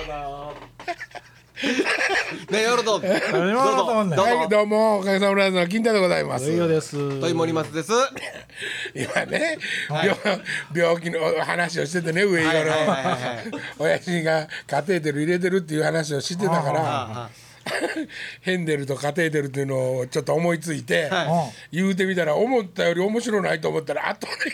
ねよろとはいどうもおかげさまで金太でございます。 いいよです。 とい森松です。 今ね、病気の話をしててね、上岩の親父がカテーテル入れてるっていう話をしてたからヘンデルとカテーテルっていうのをちょっと思いついて言うてみたら、思ったより面白ないと思ったらあとね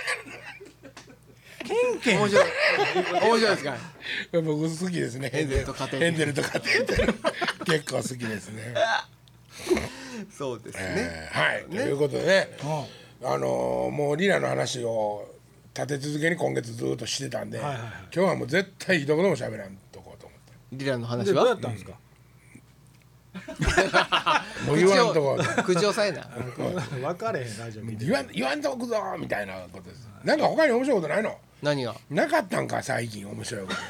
面白いですか。 僕好きですね。 ヘンデルとカテーテル結構好きですね。 そうですね。 はい、ということでね、もうリナの話を立て続けに今月ずっとしてたんで、今日はもう絶対一言も喋らんとこうと思って。 リラの話でどうやはったんですか。 もう言わんとこ口をさえな。 分かれへんラジオ聞いて。 言わんとこくぞみたいなことです。なんか他に面白いことないの？ 何が？ なかったんか最近面白いこと。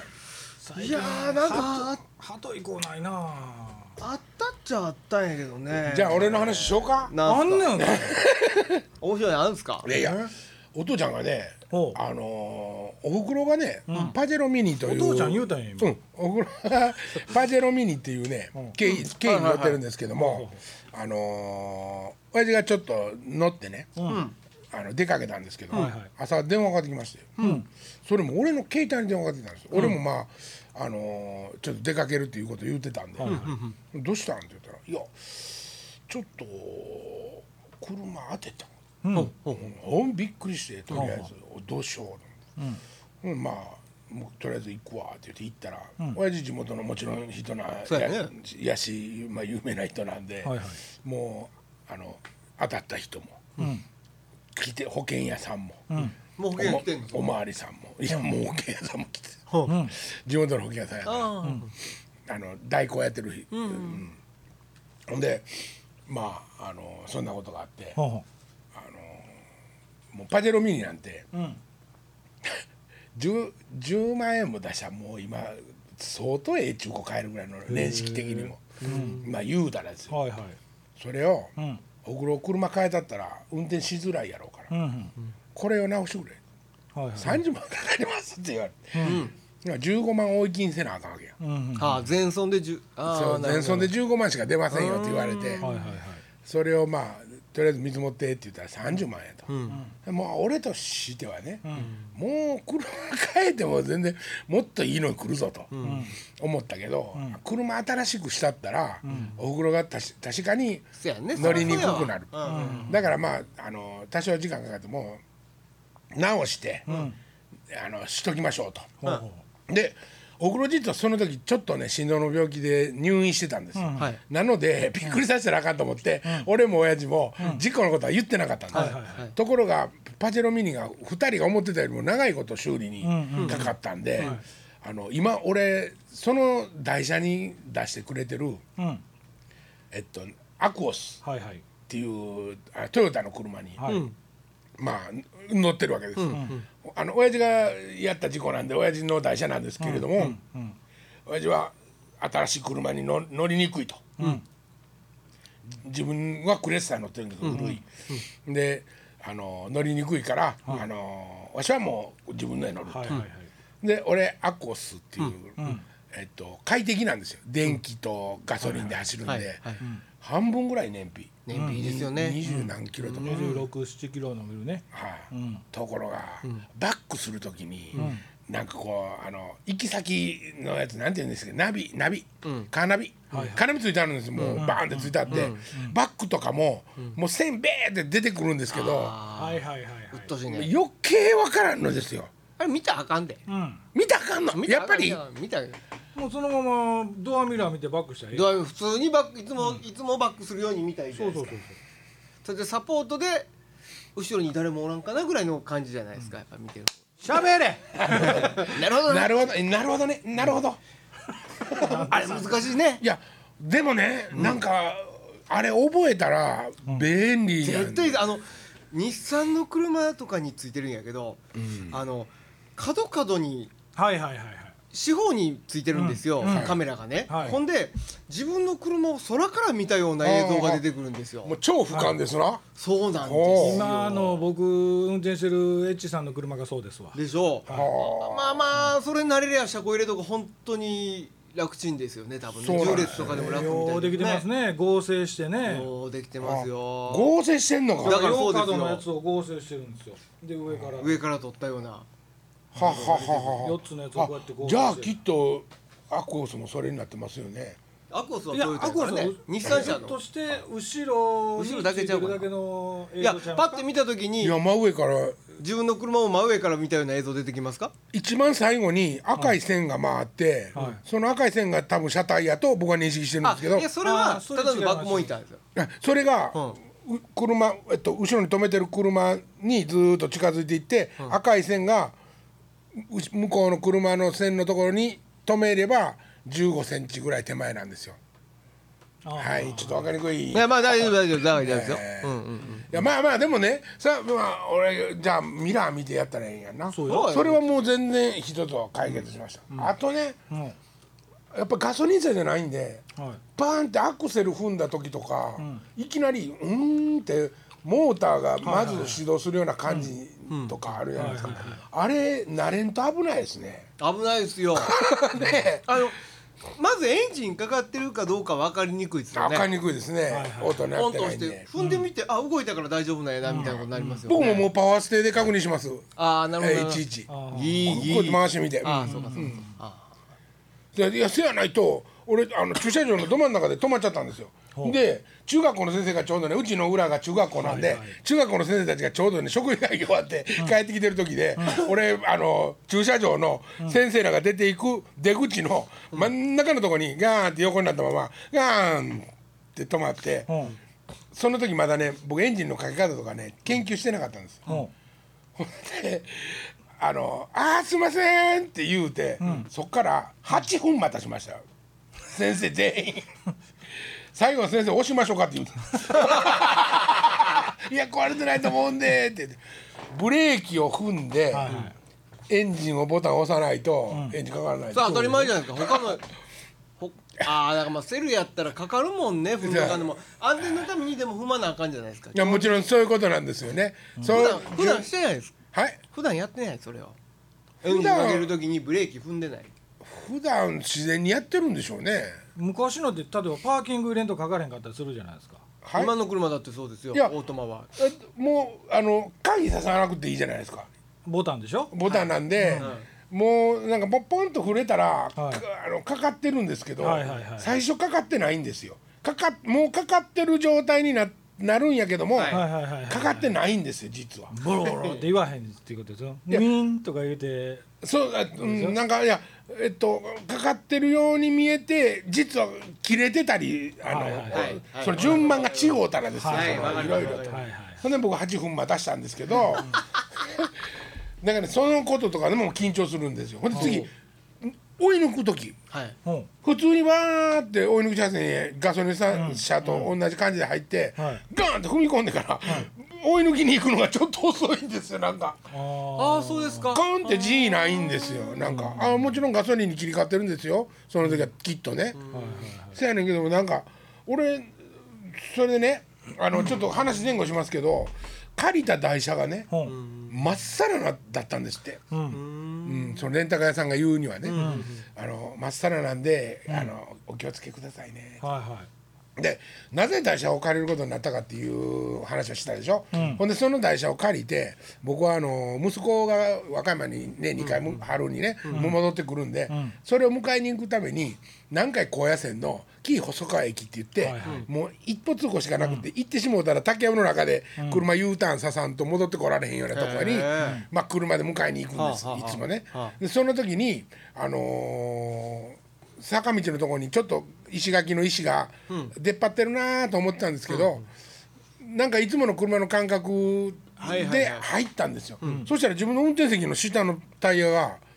いやーなんかハト行こうないな。 あったっちゃあったんやけどね。 じゃあ俺の話しようか。 あんねん。 面白いのあるんすか？ いやいや、お父ちゃんがね、お袋がね、パジェロミニというお父ちゃん言うたんや今。 お袋がパジェロミニっていうね、軽に乗ってるんですけども、親父がちょっと乗ってね、出かけたんですけど、朝電話かかってきまして、それも俺の携帯に電話かかってきたんですよ。俺もまあちょっと出かけるっていうこと言ってたんで、どうしたんって言ったら、いやちょっと車当てた。びっくりしてとりあえずどうしようと思って、まあもうとりあえず行くわって言って行ったら、親父地元のもちろん人なやし、まあ有名な人なんで、もう当たった人も来て、保険屋さんも、 もう保険来てんの？ おまわりさんも、いやもう保険屋さんも来て、地元の保険屋さんやから代行やってる日、ほんでまあそんなことがあって。もうパジェロミニなんて、10万円も出したらもう今相当中古買えるぐらいの年式的にも、まあ言うたらですよ、それを、お風呂車変えたったら運転しづらいやろうから、これを直してくれ、30万かかりますって言われて、15万追い金せなあかんわけや、 全損で全損で15万しか出ませんよって言われて、それをまあとりあえず見積もってって言ったら30万円と、もう俺としてはね、もう車変えても全然もっといいのに来るぞと思ったけど、車新しくしたったら、お風呂が確かに乗りにくくなる、だからまあ多少時間かかっても直して、しときましょうと、でお風呂実はその時ちょっとね心臓の病気で入院してたんですよ、なのでびっくりさせたらあかんと思って、俺も親父も事故のことは言ってなかったんです、ところがパジェロミニが2人が思ってたよりも長いこと修理にかかったんで、今俺その台車に出してくれてる、アクオスっていうトヨタの車に、まあ乗ってるわけです、親父がやった事故なんで親父の台車なんですけれども、親父は新しい車に乗りにくいと、自分はクレッサー乗ってるんだけど古い、で乗りにくいから、わしはもう自分の絵乗ると、で俺アコスっていう、快適なんですよ、電気とガソリンで走るんで、半分ぐらい燃費いいですよね、 20何キロとか、 26、7キロの見るね、 ところが、バックするときに、なんかこう行き先のやつなんて言うんですけど、ナビ、カーナビ、カーナビついてあるんですよ、もうバーンってついてあって、バックとかも、もう線ベーって出てくるんですけど、 うっとしいね、 余計わからんのですよ。 あれ見たらあかんで、 見たらあかんの、やっぱり見たらもうそのままドアミラー見てバックしたらいい。 ドア普通にバックいつもバックするように見たらいいじゃないですか。それでサポートで後ろに誰もおらんかなぐらいの感じじゃないですか、やっぱ見てる。 喋れなるほどね、 なるほどね、なるほどあれ難しいね。 いやでもね、なんかあれ覚えたら便利やん、 絶対日産の車とかについてるんやけど、角角に四方についてるんですよ、カメラがね、ほんで自分の車を空から見たような映像が出てくるんですよ。 もう超俯瞰ですな。 そうなんですよ。 今僕運転してるエッチさんの車がそうですわ。 でしょう。まあそれに慣れりゃ車庫入れとか本当に楽ちんですよね、多分ね。10列とかでも楽みたいな、 ようできてますね、合成してね。 ようできてますよ。 合成してんのか。 だからそうですよ。 ヨーカードのやつを合成してるんですよ。で上から撮ったような。 ははは 4つのやつをこうやって合成して。 じゃあきっとアクオスもそれになってますよね。 アクオスはいやトヨタですからね。日産車の。 として後ろにだけちゃうかな。 ついてるだけの映いや像ちゃいますか。 パッて見た時にいや真上から自分の車を真上から見たような映像出てきますか？ 一番最後に赤い線が回って、その赤い線が多分車体やと僕は認識してるんですけど、 いやそれはただのバックモニターですよ。 それが、車、後ろに止めてる車にずーっと近づいていって、赤い線が向こうの車の線のところに止めれば15センチぐらい手前なんですよ。はい、ちょっと分かりにくい。 いやまあ大丈夫ですよ。 いやまあでもね、さあまあ俺じゃあミラー見てやったらいいんやんな。それはもう全然一つ解決しました。あとね、やっぱガソリン車じゃないんで、バーンってアクセル踏んだ時とか、いきなりってモーターがまず始動するような感じとかあるじゃないですか。あれ慣れんと危ないですね。 危ないですよ。 ね、 まずエンジンかかってるかどうか分かりにくいですよね。 分かりにくいですね。オートになってないんで。 踏んでみて、あ動いたから大丈夫なんやなみたいなことになりますよね。 僕ももうパワーステで確認します。 ああなるほど。 いちいち。こういい。 やって回してみて。 ああそうかそうか。 いやせやないと俺駐車場のど真ん中で止まっちゃったんですよ。で中学校の先生がちょうどね、うちの裏が中学校なんで、中学校の先生たちがちょうどね職員会議終わって帰ってきてる時で、俺駐車場の先生らが出ていく出口の真ん中のとこにガーンって横になったままガーンって止まって、その時まだね僕エンジンのかけ方とかね研究してなかったんです。ほんですいませんって言うて、そっから8分待たしましたよ先生全員最後の先生押しましょうかって言ういや壊れてないと思うんでって言ってブレーキを踏んで、エンジンをボタン押さないと、エンジンかからない。 さあ当たり前じゃないですか。他のだからまあセルやったらかかるもんね。踏んだかんでも安全のためにでも踏まなあかんじゃないですか。 いやもちろんそういうことなんですよね。 普段してないです。 はい。 普段やってないそれを。エンジンかける時にブレーキ踏んでない。 普段自然にやってるんでしょうね。 昔のって例えばパーキング入れんとかかれへんかったりするじゃないですか。 今の車だってそうですよ。オートマはもう鍵ささなくていいじゃないですか。 ボタンでしょ。 ボタンなんで、もうなんかポンと触れたら、かかってるんですけど、最初かかってないんですよ。もうかかってる状態になるんやけども、かかってないんですよ実は。 ボロボロって言わへんっていうことですよ。ウィーンとか言うて。 そうなんかいやかかってるように見えて実は切れてたりその順番が違うたらですよ。いろいろと。そんで僕8分待たしたんですけどだからねそのこととかでも緊張するんですよ。ほんで次追い抜く時、普通にわーって追い抜き車線へガソリン車と同じ感じで入って、ガーンって踏み込んでから、追い抜きに行くのがちょっと遅いんですよ。なんかああそうですか。 ガンって G ないんですよ。なんかもちろんガソリンに切り替わってるんですよその時はきっとね。せやねんけどもなんか俺それでねちょっと話前後しますけど借りた台車がねまっさらだったんですって。そのレンタカー屋さんが言うにはねまっさらなんでお気をつけくださいね。でなぜ台車を借りることになったかっていう話をしたでしょ。ほんでその台車を借りて僕は息子が和歌山にね2回春にね戻ってくるんで、それを迎えに行くために南海高野線の紀伊細川駅って言って、もう一歩通行しかなくて、行ってしもうたら竹山の中で車 U ターンささんと戻ってこられへんようなところに、車で迎えに行くんですいつもね。でその時に坂道のところにちょっと石垣の石が出っ張ってるなと思ってたんですけど、なんかいつもの車の感覚で入ったんですよ。そしたら自分の運転席の下のタイヤが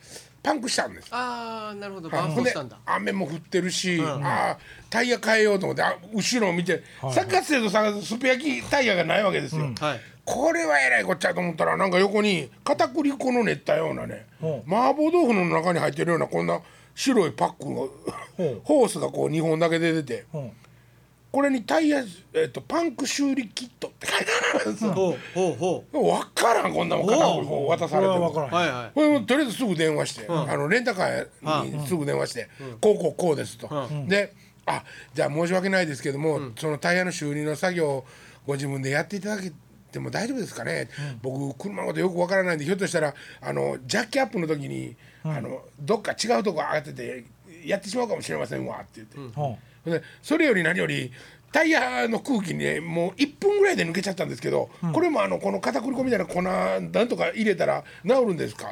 パンクしたんです。 ああなるほどバーストしたんだ。 雨も降ってるし、タイヤ変えようと思って後ろを見て、サッカー生と探すスペアキタイヤがないわけですよ、これはえらいこっちゃと思ったらなんか横に片栗粉の練ったようなね、麻婆豆腐の中に入ってるようなこんな白いパックのホースがこう2本だけで出て、これにタイヤ、パンク修理キットって書いてあるんですよ。分からんこんなもん片栗粉渡されても、これとりあえずすぐ電話して、レンタカーにすぐ電話して「こうです」と。でじゃあ申し訳ないですけども、そのタイヤの修理の作業をご自分でやっていただけても大丈夫ですかね、僕車のことよくわからないんでひょっとしたらジャッキアップの時にどっか違うとこ上がっててやってしまうかもしれませんわって言って。でそれより何よりタイヤの空気にねもう1分ぐらいで抜けちゃったんですけど、これもこの片栗粉みたいな粉なんとか入れたら治るんですかって、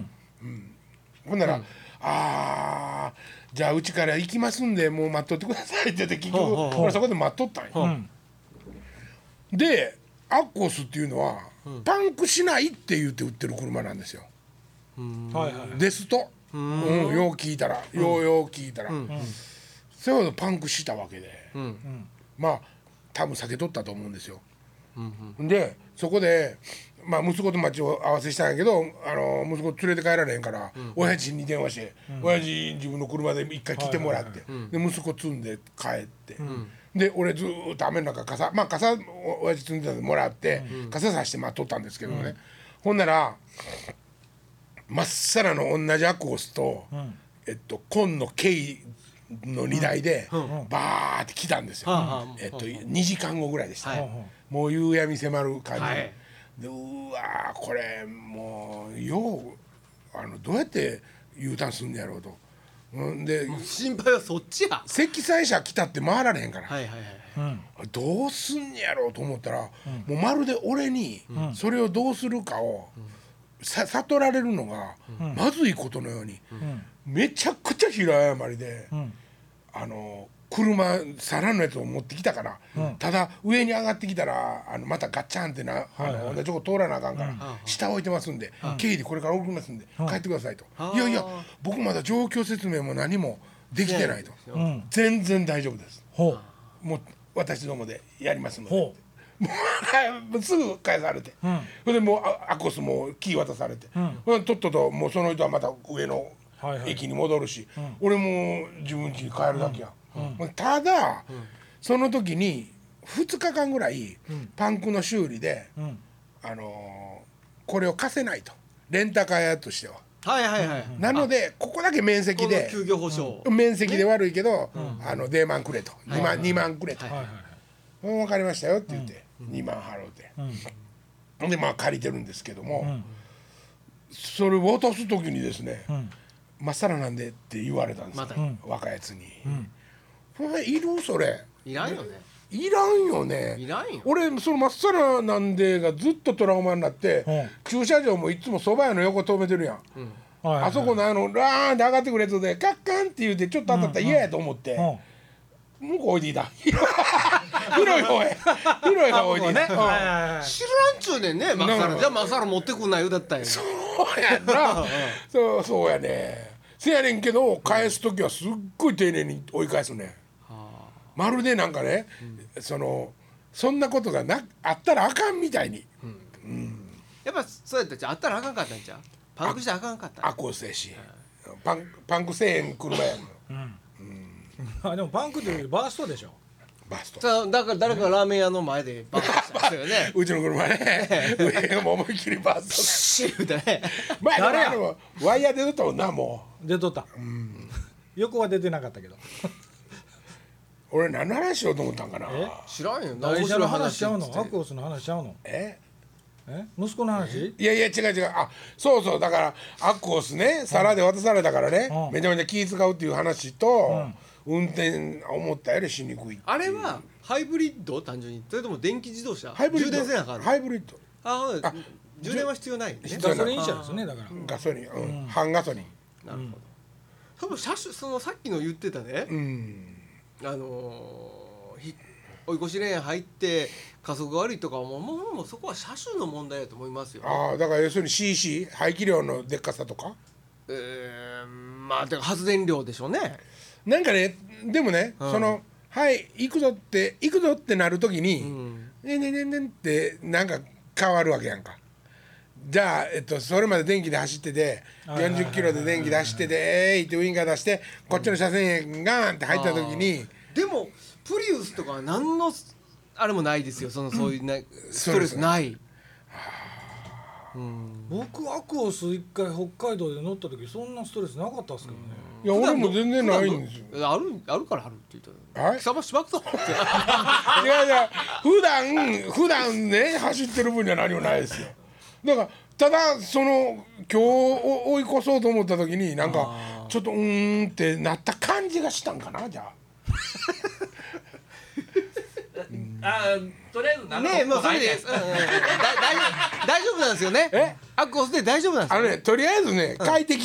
ほんならじゃあうちから行きますんでもう待っとってくださいって言って結局俺そこで待っとったんよ。でアッコスっていうのはパンクしないって言って売ってる車なんですよ。ですと、よう聞いたら聞いたら。そういうのパンクしたわけで、まあ多分避けとったと思うんですよ。でそこで、息子と待ち合わせしたんやけど息子連れて帰られへんから、親父に電話して、親父自分の車で一回来てもらって、で息子積んで帰って、で俺ずっと雨の中傘親父積んでたんでもらって、傘さして待っとったんですけどね、ほんならまっさらの同じアコースと、紺の軽の荷台でバーって来たんですよ。2時間後ぐらいでした、もう夕闇迫る感じで、うわこれもうどうやって U ターンすんのやろうと。で心配はそっちや。 積載車来たって回られへんから、どうすんやろうと思ったら、もうまるで俺にそれをどうするかを悟られるのがまずいことのように、めちゃくちゃ平謝りで、車皿のやつを持ってきたから、ただ上に上がってきたらまたガッチャンって同じとこ通らなあかんから、下置いてますんで、経費でこれから送りますんで帰ってくださいと。いやいや僕まだ状況説明も何もできてないと。全然大丈夫です、もう私どもでやりますので、もうすぐ返されて、それでもうアコスもキー渡されて、とっとともうその人はまた上の駅に戻るし、俺も自分家に帰るだけや。ただその時に2日間ぐらいパンクの修理でこれを貸せないと、レンタカー屋としては。なのでここだけ面積で休業保証面積で悪いけどデーマンくれと、2万くれと。分かりましたよって言って2万払うて、で借りてるんですけども、それ渡す時にですね「まっさらなんで」って言われたんですよ、若いやつに。いるそれいらんよね。 いらんよね。俺そのまっさらなんでがずっとトラウマになって、駐車場もいつもそば屋の横止めてるやん、あそこのラーンで上がってくるやつでカッカンって言うてちょっと当たったら嫌やと思って、向こう置いていた広い方へ置いていた。知らんちゅうねんね、まっさら。じゃあまっさら持ってくんなよだったんや。 そうやなそうやね。せやねんけど返す時はすっごい丁寧に追い返すね。まるでなんかね、そんなことがあったらあかんみたいに。 やっぱそうやったっちゃあったらあかんかったんちゃう。パンクしてあかんかった。 アコースやしパンクせえへん車やん。でもパンクっていうバーストでしょ。 バースト。 だから誰かラーメン屋の前でバーストしてますよね。 うちの車ね上がもう思いっきりバーストシューだね。 誰やろ。ワイヤー出とったもんな。もう出とった。横は出てなかったけど俺何の話しようと思ったんかな。 知らんよ。 大事な話しちゃうの。アクオスの話しちゃうの。息子の話。 いや違う。そうだからアクオスね皿で渡されたからね、めちゃめちゃ気使うっていう話と、運転思ったよりしにくい。 あれはハイブリッド単純に、それとも電気自動車。 充電せなあかんの。 ハイブリッド。 充電は必要ないね。 ガソリン車ですね。だからガソリン、半ガソリン。 なるほど。多分車種さっきの言ってたね、追い越しレーン入って加速が悪いとかもうそこは車種の問題だと思いますよ。 だから要するに CC 排気量のでっかさとか。 まあだから発電量でしょうね。 なんかねでもね、 うんそのはい行くぞってなる時に、ねんねんねんねんってなんか変わるわけやんか。じゃあ、それまで電気で走ってて40キロで電気で走っててってウインカー出してこっちの車線へガーンって入った時に、 でもプリウスとかは何のあれもないですよ。そういうねストレスない。 僕アクオス一回北海道で乗った時そんなストレスなかったですけどね。 いや俺も全然ないんですよ。 あるからあるって言ったら、 はい貴様しばくぞっていやいや普段ね走ってる分には何もないですよ。だからただその今日追い越そうと思った時になんかちょっとってなった感じがしたんかな。じゃあとりあえずなんねえもうそれで大丈夫なんですよね。アクオスで大丈夫なんですよね。 とりあえずね快適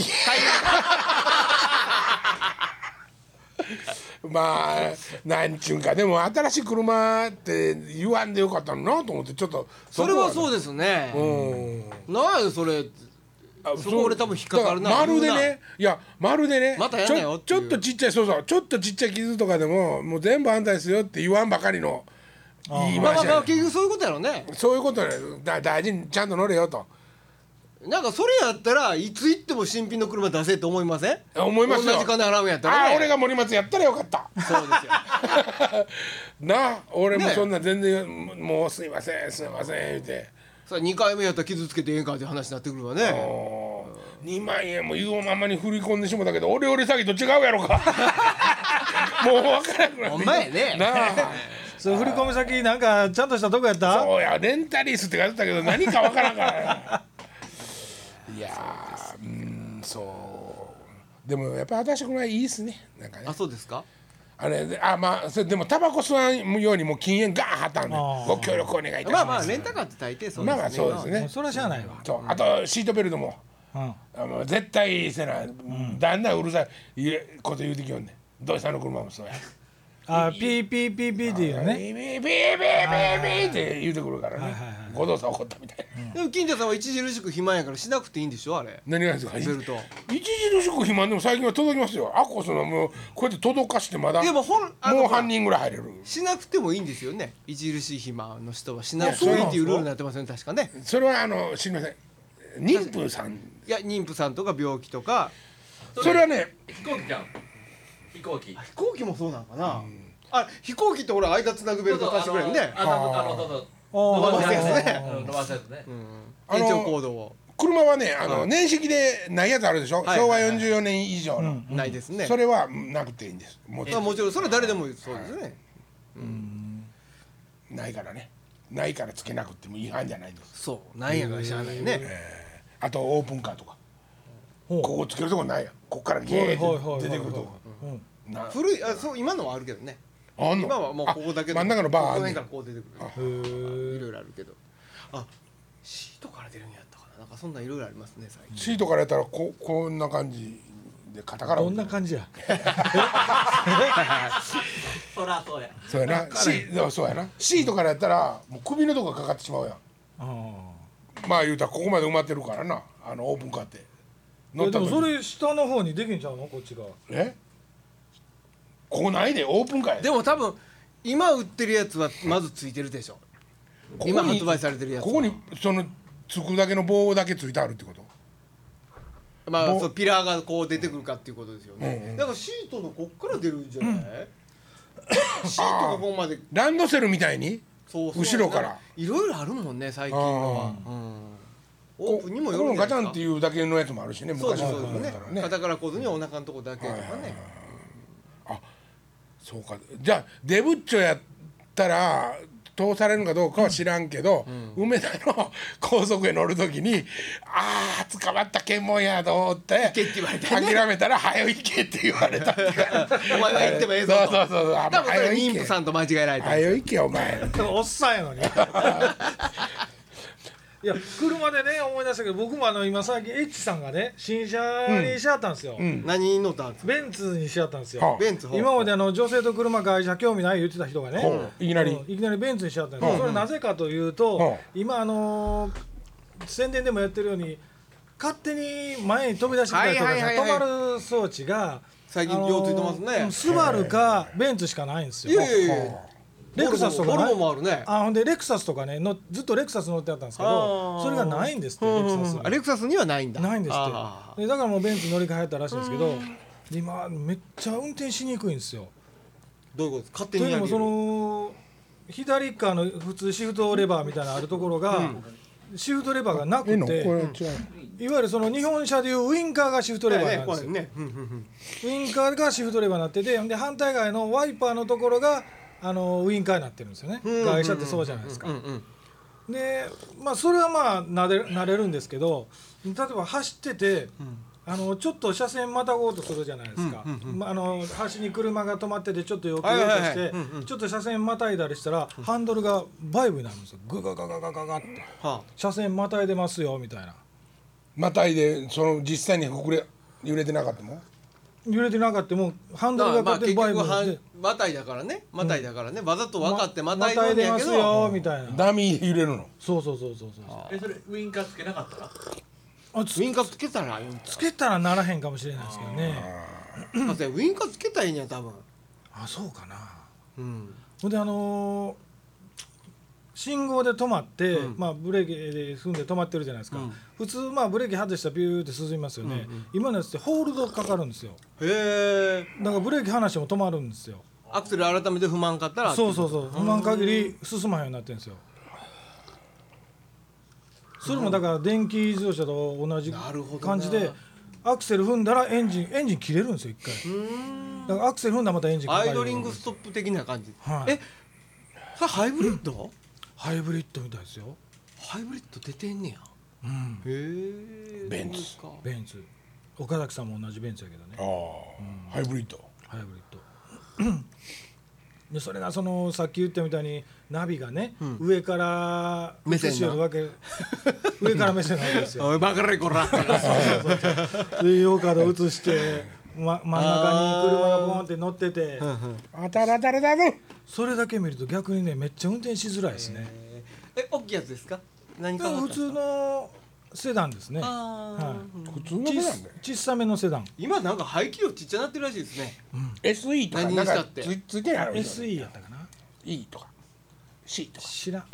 まあなんちゅうんかでも新しい車って言わんでよかったのなと思ってちょっとそれはそうですね。なんやそれそこ俺多分引っかかるな。 まるでねまたやんなよっていうちょっとちっちゃいちょっとちっちゃい傷とかでももう全部あんたですよって言わんばかりの言いまあましたね。 まあ結局そういうことやろね。 そういうことね大事にちゃんと乗れよとなんかそれやったらいつ行っても新品の車出せと思いません？ 思いますよ。 同じ金払うんやったらね。 俺が森松やったらよかったそうですよ。 な俺もねそんな全然もうすいません言うてさあ2回目やったら傷つけてええんかって話になってくるわね。 2万円も言うままに振り込んでしもたけど俺詐欺と違うやろかもう分からなくなってほんまやね。 なあそれ振り込み先なんかちゃんとしたとこやった？ そうやレンタリースって書いてたけど何か分からんからいやそうでもやっぱ私これはいいっすねなんかね。 あそうですか。 まあそれでもタバコ吸わんようにもう禁煙ガーン貼ったんでご協力お願いいたします。 まあまあレンタカーって大抵そうですね。 まあまあそうですね。 それはしゃあないわ。 そうあとシートベルトも絶対せなだんだんうるさいこと言うてきよんねん。土井さんの車もそうや。 ピーピーピーピーっていうね。 ピーピーピーピーピーって言うてくるからね。ご動作起こったみたいな。 でも金田さんは著しく肥満やからしなくていいんでしょあれ。 何がですか。 ベルト。 著しく肥満でも最近は届きますよ。アコスのもうこうやって届かしてまだでももう半人ぐらい入れる。 しなくてもいいんですよね。著しい肥満の人はしなくていいっていうルールになってますよね確かね。 それは知りません。妊婦さん。 いや妊婦さんとか病気とか。 それはね飛行機じゃん飛行機飛行機もそうなのかな。あ飛行機ってほら間つなぐベルト貸してくれるね。 伸ばすやつね。 伸ばすやつね。 延長コードを。 車はね年式でないやつあるでしょ。昭和44年以上の。 ないですね。 それはなくていいんです。もちろんもちろんそれは誰でもそうですね。 ないからね。ないからつけなくても違反じゃないんです。 そうなんやからしゃあないね。 あとオープンカーとかここつけるとこないやん。こっからゲーって出てくるとこ古いそう今のはあるけどね。 あんの。 今はもうここだけ真ん中のバーあんねん。 ここら辺からこう出てくる。いろいろあるけど。シートから出るんやったかな。なんかそんなんいろいろありますね最近。 シートからやったらこんな感じで肩からどんな感じや。 そらそうや。 そうやな。そうやな。シートからやったらもう首のとこがかかってしまうやん。まあ言うたらここまで埋まってるからなオープンカーって乗った時でもそれ下の方にできんちゃうのこっちが。 ここないでオープンカーやで。 でも多分今売ってるやつはまずついてるでしょ。今発売されてるやつ。 ここにそのつくだけの棒だけついてあるってこと。 まあそうピラーがこう出てくるかっていうことですよね。だからシートのこっから出るんじゃない？シートがここまでランドセルみたいにそう後ろからいろいろあるもんね最近のは。オープンにもよるんじゃないですか。 ガチャンっていうだけのやつもあるしね。 そうです昔のね。肩からこずにお腹のとこだけとかね。 そうか。じゃあデブッチョやったら通されるのかどうかは知らんけど、梅田の高速へ乗るときに捕まった検問やと思って行けって言われたね。 諦めたら早よ行けって言われたってお前が行ってもええぞと。 そう多分それ妊婦さんと間違えられた。 早よ行けお前おっさんやのに。いや車でね思い出したけど僕も今最近エッチさんがね新車にしはったんですよ。 何乗ったんですか。 ベンツにしはったんですよ。 ベンツ。 今まで女性と車会社興味ない言ってた人がねいきなりベンツにしはったんですよ。それなぜかというと今宣伝でもやってるように勝手に前に飛び出してきたりとかさ、止まる装置が最近ようついてますね。 スバルかベンツしかないんですよ。 いやいやいやレクサスとかボルボもあるね。 ほんでレクサスとかねずっとレクサス乗ってあったんですけど、それがないんですって。 レクサスにはないんだ。 ないんですってでだからもうベンツ乗り換えたらしいんですけど、今めっちゃ運転しにくいんですよ。 どういうことですか？勝手にというのもその左側の普通シフトレバーみたいなのあるところが、シフトレバーがなくて、いわゆるその日本車でいうウインカーがシフトレバーなんですよ。ウインカーがシフトレバーになってて、で反対側のワイパーのところがウインカーになってるんですよね。外車ってそうじゃないですか。でまあそれはまあ慣れるんですけど、例えば走ってて、ちょっと車線またごうとするじゃないですか。端に車が止まっててちょっと避けようとしてちょっと車線またいだりしたら、ハンドルがバイブになるんですよ。グガガガガガガって、車線またいでますよみたいな。 またいで実際に揺れてなかったも揺れてなかったもハンドルが勝手にバイブでまたいだからねわざと分かってまたいででますよみたいな。 ダミー揺れるの。 そうそれウインカーつけなかったらウインカーつけたらならへんかもしれないですけどね。 だってウインカーつけたらいいんや多分。 そうかな。ほんで信号で止まって、ブレーキで踏んで止まってるじゃないですか。普通ブレーキ外したらビューって進みますよね。今のやつってホールドかかるんですよ。だからブレーキ離しても止まるんですよ。 アクセル改めて踏まんかったら。 そう踏まん限り進まへんようになってるんですよ。それもだから電気自動車と同じ感じで、アクセル踏んだらエンジン切れるんですよ一回。だからアクセル踏んだらまたエンジンかかる。 アイドリングストップ的な感じ。それハイブリッド？ ハイブリッドみたいですよ。 ハイブリッド出てんねや。 ベンツ。 岡崎さんも同じベンツやけどね。 ハイブリッド。 でそれがさっき言ったみたいにナビがね、上から目線な上から目線なわけですよ。 おいバカれこら。 でヨーカード映して、真ん中に車がボーンって乗ってて、 当たるそれだけ見ると逆にねめっちゃ運転しづらいですね。 大きいやつですか？何か普通のセダンですね。 普通のセダンで小さめのセダン。 今なんか排気量ちっちゃなってるらしいですね。 SE とかなんかついてないの。 SE やったかな。 E とか C とか知らん。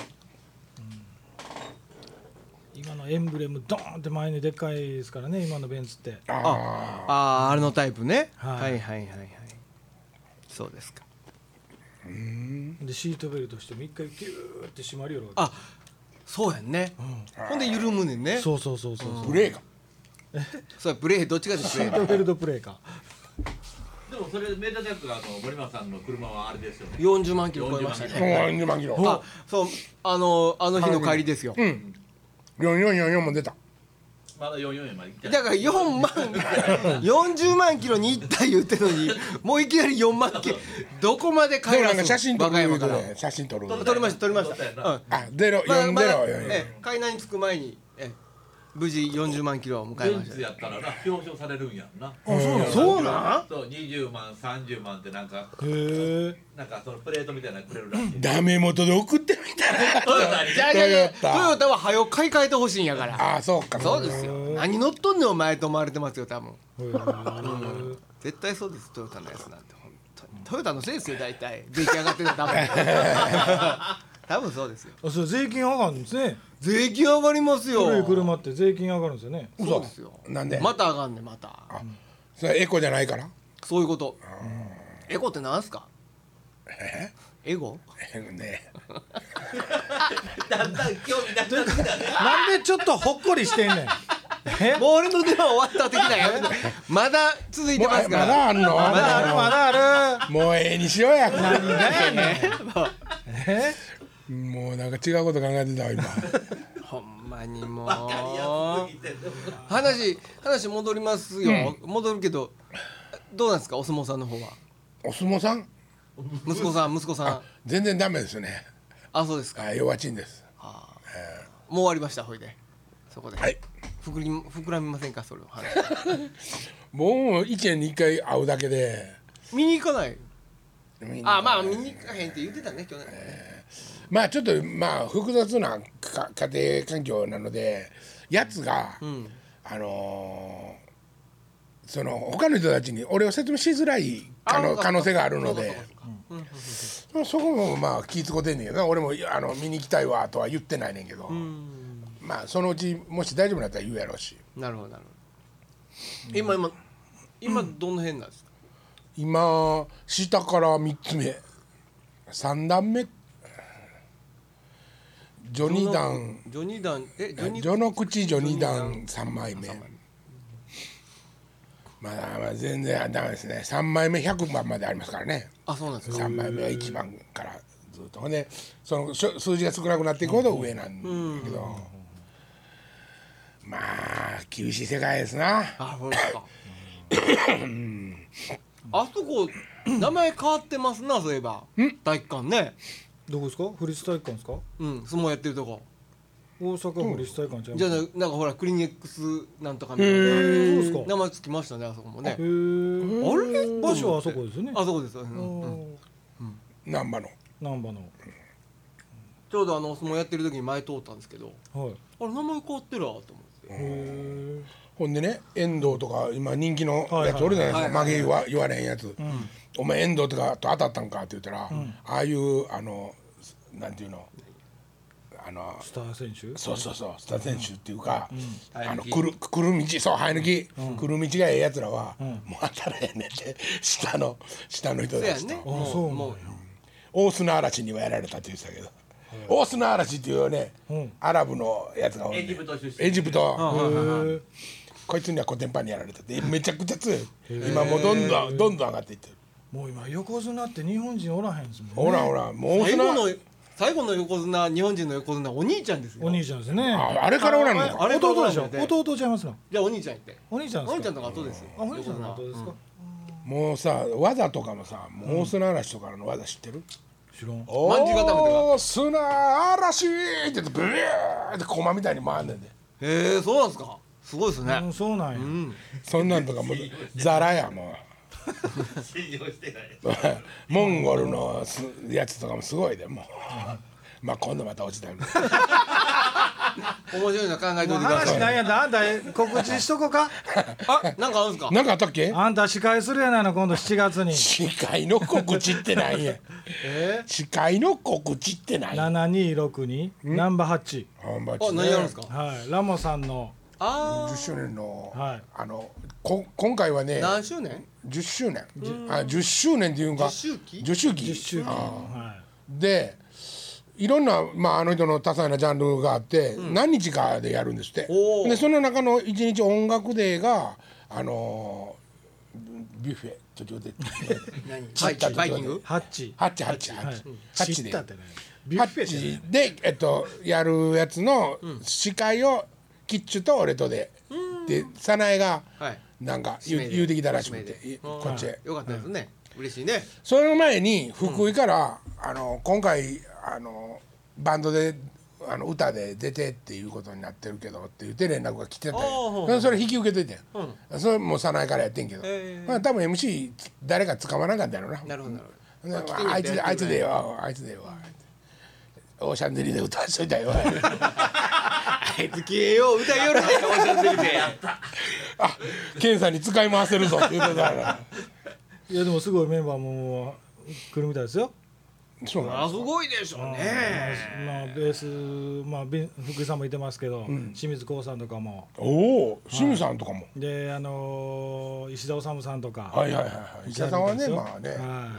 今のエンブレムドーンって前にでっかいですからね、今のベンツって。 あれのタイプね。はいそうですか。 でシートベルトしても一回キューって締まるよ。 そうやんね。ほんで緩むねんね。 そうブレーカそうブレーどっちかですね。 シートベルトプレーか。 でもそれメータージャックが森松さんの車はあれですよね。 40万キロ超えましたね。 40万キロ。 そうあの日の帰りですよ。 4444も出た。 まだ44まで行ってない。 だから40万キロに行った言ってのにもういきなり4万キロどこまで帰らす。 写真撮る。 撮りました。海南に着く前に無事40万キロを迎えました。 ベンツやったらな表彰されるんやんな。 そうなん？ そう20万30万ってなんかそのプレートみたいなのくれるらしい。 ダメ元で送ってみたら。 トヨタは早く買い替えてほしいんやから。 そうか。 そうですよ。何乗っとんねんお前と思われてますよ多分。絶対そうです。トヨタのやつなんて本当に。トヨタのせいですよ大体。出来上がってるの多分。多分そうですよ。 それ税金上がるんですね。 税金上がりますよ。 古い車って税金上がるんですよね。 そうですよ。 なんで？ また上がんねまた。 それエコじゃないから？ そういうこと。エコってなんすか？エゴ？ ね。 だんだん興味なくなってきたね。 なんでちょっとほっこりしてんねん。 もう俺の電話終わった的なやめて。まだ続いてますから。 まだあんの？ まだある。 もうにしようや。 何がやねん。もうなんか違うこと考えてたわ今。 ほんまにもう。 わかりやすすぎて。 話戻りますよ。戻るけどどうなんですかお相撲さんの方は。 お相撲さん？ 息子さん。 全然ダメですね。 そうですか。 弱ちんです。 もう終わりましたほいで。そこで。 はい。 膨らみませんかそれを。 もう1年に1回会うだけで。 見に行かない。まあ見に行かへんって言ってたね去年。 まあちょっと複雑な家庭環境なのでやつがその他の人たちに俺を説明しづらい可能性があるので、そこもまあ気ぃ使ってんねんけどな。俺も見に行きたいわとは言ってないねんけど、まあそのうちもし大丈夫だったら言うやろうし。 なるほどなるほど。今どの辺なんですか？ 今下から3つ目3段目序二段序の口序二段3枚目。まあ全然ダメですね。3枚目100番までありますからね。 あ、そうなんですか。 3枚目は1番からずっと。ほんでその数字が少なくなっていくほど上なんだけど、まあ厳しい世界ですな。 あ、そうですか。あそこ名前変わってますな。そういえば体育館ね。 どこですか？府立体育館ですか？ 相撲やってるとこ。 大阪府立体育館ちゃいます？ じゃあなんかほらクリニックスなんとかみたいな。 そうですか。 名前つきましたね、あそこもね。あれ場所はあそこですよね。 あそこです。 難波のちょうどお相撲やってる時に前通ったんですけど、 はい、 あれ名前変わってるわと思って。 ほんでね、遠藤とか今人気のやつおるじゃないですか。曲げ言われへんやつ、お前遠藤とかと当たったんかって言ったら、ああいうなんていうの、 スター選手、 そうスター選手っていうか、来る道、そう生え抜き、来る道がええやつらは、もう当たらへんねんって下の人たちと。大砂嵐にはやられたって言ってたけど、大砂嵐っていうね、アラブのやつがおるね。エジプト。こいつにはコテンパンにやられたってめちゃくちゃ強い。今もうどんどん上がっていってる。 もう今横綱って日本人おらへんですもんね。 おらんもう最後の横綱、日本人の横綱お兄ちゃんですよ。 お兄ちゃんですね。 あれからおらんのか。 弟でしょ。弟ちゃいますの。 じゃあお兄ちゃんって。 お兄ちゃんの方後ですよ。 お兄ちゃんの後ですか。 もうさ、技とかもさ、もう大砂嵐とかの技知ってる？ 知らん。 大砂嵐って言ってブリューって駒みたいに回んねんで。 へえ、そうなんですか。すごいですね。 そうなんや。 そんなんとかもザラやもう。モンゴルのやつとかもすごいでもう。まあ今度また落ちたんで。 面白いの考えといてください。 話なんやったあんた告知しとこか。 なんかあるんですか。 なんかあったっけ？ あんた司会するやないの今度7月に。 司会の告知って何や。司会の告知って何 ？7262ナンバーハッチ。 何やるんですか。 はい、ラモさんの 10周年の今回はね、 何周年 ？10周年。10周年っていうんか。10周期。でいろんな、あの人の多彩なジャンルがあって、何日かでやるんですって。でその中の1日音楽デーがビュッフェ途中でバイキングハッチでやるやつの司会をキッチュと俺とで早苗がなんか言うてきたらしくて、こっちへよかったですね。嬉しいね。 その前に福井から今回バンドで歌で出てっていうことになってるけどって言って連絡が来てたよ。それ引き受けといて、それも早苗からやってんけど、多分 MC 誰か使わなかったやろな。 なるほど。 あいつでよオーシャンゼリーで歌わしといたよ。 あいつ消えよう歌いよるね。オーシャンゼリーで。 あ、ケンさんに使い回せるぞって言ってたから。 いやでもすごいメンバーも来るみたいですよ。 そうなんですすごいでしょうね。 ベース福井さんもいてますけど、清水光さんとかも。 清水さんとかも。 で石田治さんとか。 石田さんはねまあね。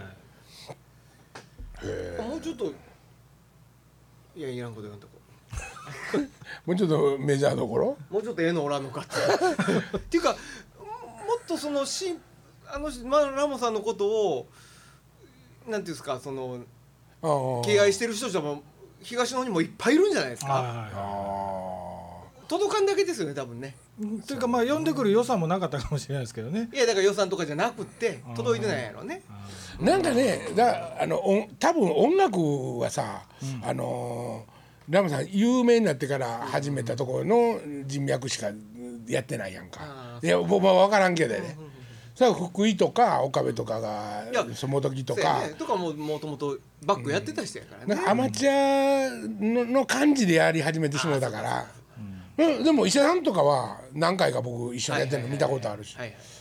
もうちょっといらんこと言わんとこ。 もうちょっとメジャーどころ。 もうちょっとのおらんのかって。っていうかもっとラモさんのことをなんていうんですか敬愛してる人たちも東の方にもいっぱいいるんじゃないですか。届かんだけですよね多分ね。 というか呼んでくる予算もなかったかもしれないですけどね。 いやだから予算とかじゃなくて届いてないやろね。 なんかね多分音楽はさラモさん有名になってから始めたところの人脈しかやってないやんか。いや僕は分からんけどね。それは福井とか岡部とかがその時とかもともとバックやってた人やからね。 アマチュアの感じでやり始めてしまうだから、 でも医者さんとかは何回か僕一緒にやってるの見たことあるし、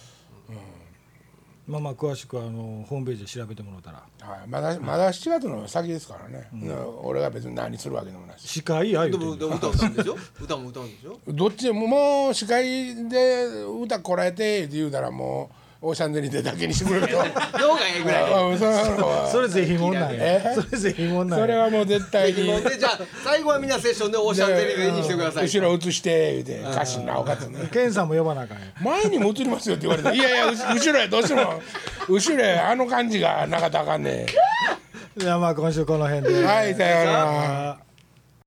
まあ詳しくはホームページで調べてもらったら、 はい、まだ7月の先ですからね、俺が別に何するわけでもないし、 司会や言うて歌うんでしょ歌も歌うんでしょどっちでももう司会で歌こらえてって言うたらもうオーシャンゼリーでだけにしてくれるとどうがええぐらいそれぜひもんなんやそれぜひもんなんやそれはもう絶対にじゃあ最後はみんなセッションでオーシャンゼリーでにしてください。 後ろ映して言うて歌詞なおかつねケンさんも呼ばなあかんや前にも映りますよって言われていやいや後ろやどうしても後ろや感じがなかったらあかんねじゃあまあ今週この辺ではいさようなら。